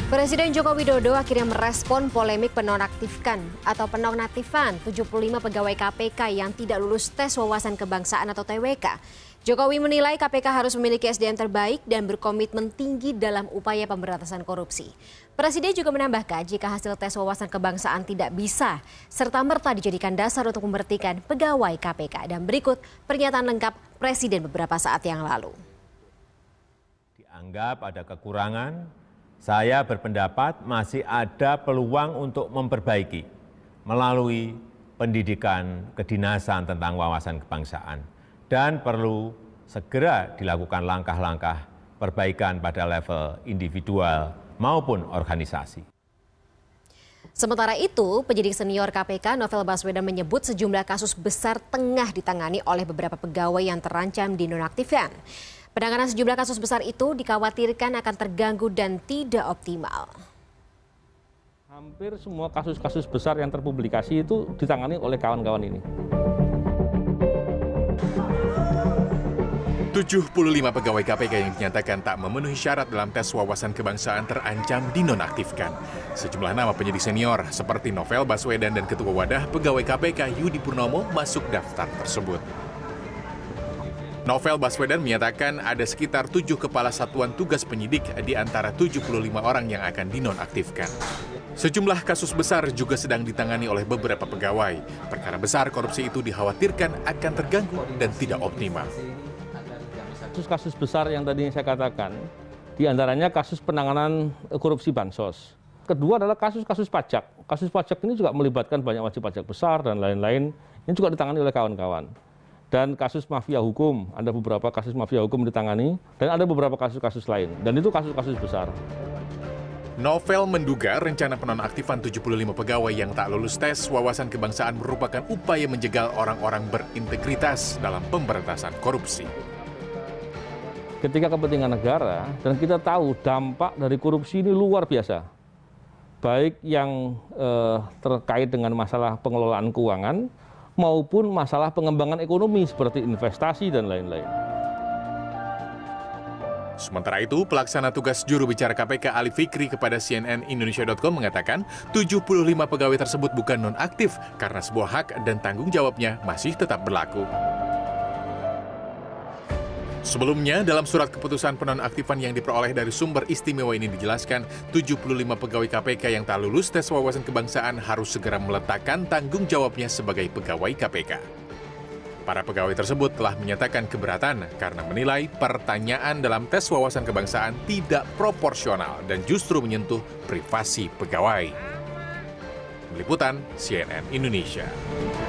Presiden Joko Widodo akhirnya merespon polemik penonaktifan 75 pegawai KPK yang tidak lulus tes wawasan kebangsaan atau TWK. Jokowi menilai KPK harus memiliki SDM terbaik dan berkomitmen tinggi dalam upaya pemberantasan korupsi. Presiden juga menambahkan jika hasil tes wawasan kebangsaan tidak bisa serta-merta dijadikan dasar untuk memberhentikan pegawai KPK. Dan berikut pernyataan lengkap Presiden beberapa saat yang lalu. Dianggap ada kekurangan, saya berpendapat masih ada peluang untuk memperbaiki melalui pendidikan kedinasan tentang wawasan kebangsaan dan perlu segera dilakukan langkah-langkah perbaikan pada level individual maupun organisasi. Sementara itu, penyidik senior KPK Novel Baswedan menyebut sejumlah kasus besar tengah ditangani oleh beberapa pegawai yang terancam dinonaktifkan. Penanganan sejumlah kasus besar itu dikhawatirkan akan terganggu dan tidak optimal. Hampir semua kasus-kasus besar yang terpublikasi itu ditangani oleh kawan-kawan ini. 75 pegawai KPK yang dinyatakan tak memenuhi syarat dalam tes wawasan kebangsaan terancam dinonaktifkan. Sejumlah nama penyidik senior seperti Novel Baswedan dan Ketua Wadah Pegawai KPK Yudi Purnomo masuk daftar tersebut. Novel Baswedan menyatakan ada sekitar 7 kepala satuan tugas penyidik di antara 75 orang yang akan dinonaktifkan. Sejumlah kasus besar juga sedang ditangani oleh beberapa pegawai. Perkara besar korupsi itu dikhawatirkan akan terganggu dan tidak optimal. Kasus-kasus besar yang tadi saya katakan, di antaranya kasus penanganan korupsi bansos. Kedua adalah kasus-kasus pajak. Kasus pajak ini juga melibatkan banyak wajib pajak besar dan lain-lain. Ini juga ditangani oleh kawan-kawan. Dan kasus mafia hukum, ada beberapa kasus mafia hukum ditangani, dan ada beberapa kasus-kasus lain. Dan itu kasus-kasus besar. Novel menduga rencana penonaktifan 75 pegawai yang tak lulus tes wawasan kebangsaan merupakan upaya menjegal orang-orang berintegritas dalam pemberantasan korupsi. Ketika kepentingan negara, dan kita tahu dampak dari korupsi ini luar biasa. Baik yang terkait dengan masalah pengelolaan keuangan, maupun masalah pengembangan ekonomi seperti investasi dan lain-lain. Sementara itu, pelaksana tugas juru bicara KPK Ali Fikri kepada CNN Indonesia.com mengatakan 75 pegawai tersebut bukan nonaktif karena sebuah hak dan tanggung jawabnya masih tetap berlaku. Sebelumnya, dalam surat keputusan penonaktifan yang diperoleh dari sumber istimewa ini dijelaskan, 75 pegawai KPK yang tak lulus tes wawasan kebangsaan harus segera meletakkan tanggung jawabnya sebagai pegawai KPK. Para pegawai tersebut telah menyatakan keberatan karena menilai pertanyaan dalam tes wawasan kebangsaan tidak proporsional dan justru menyentuh privasi pegawai. Meliputan CNN Indonesia.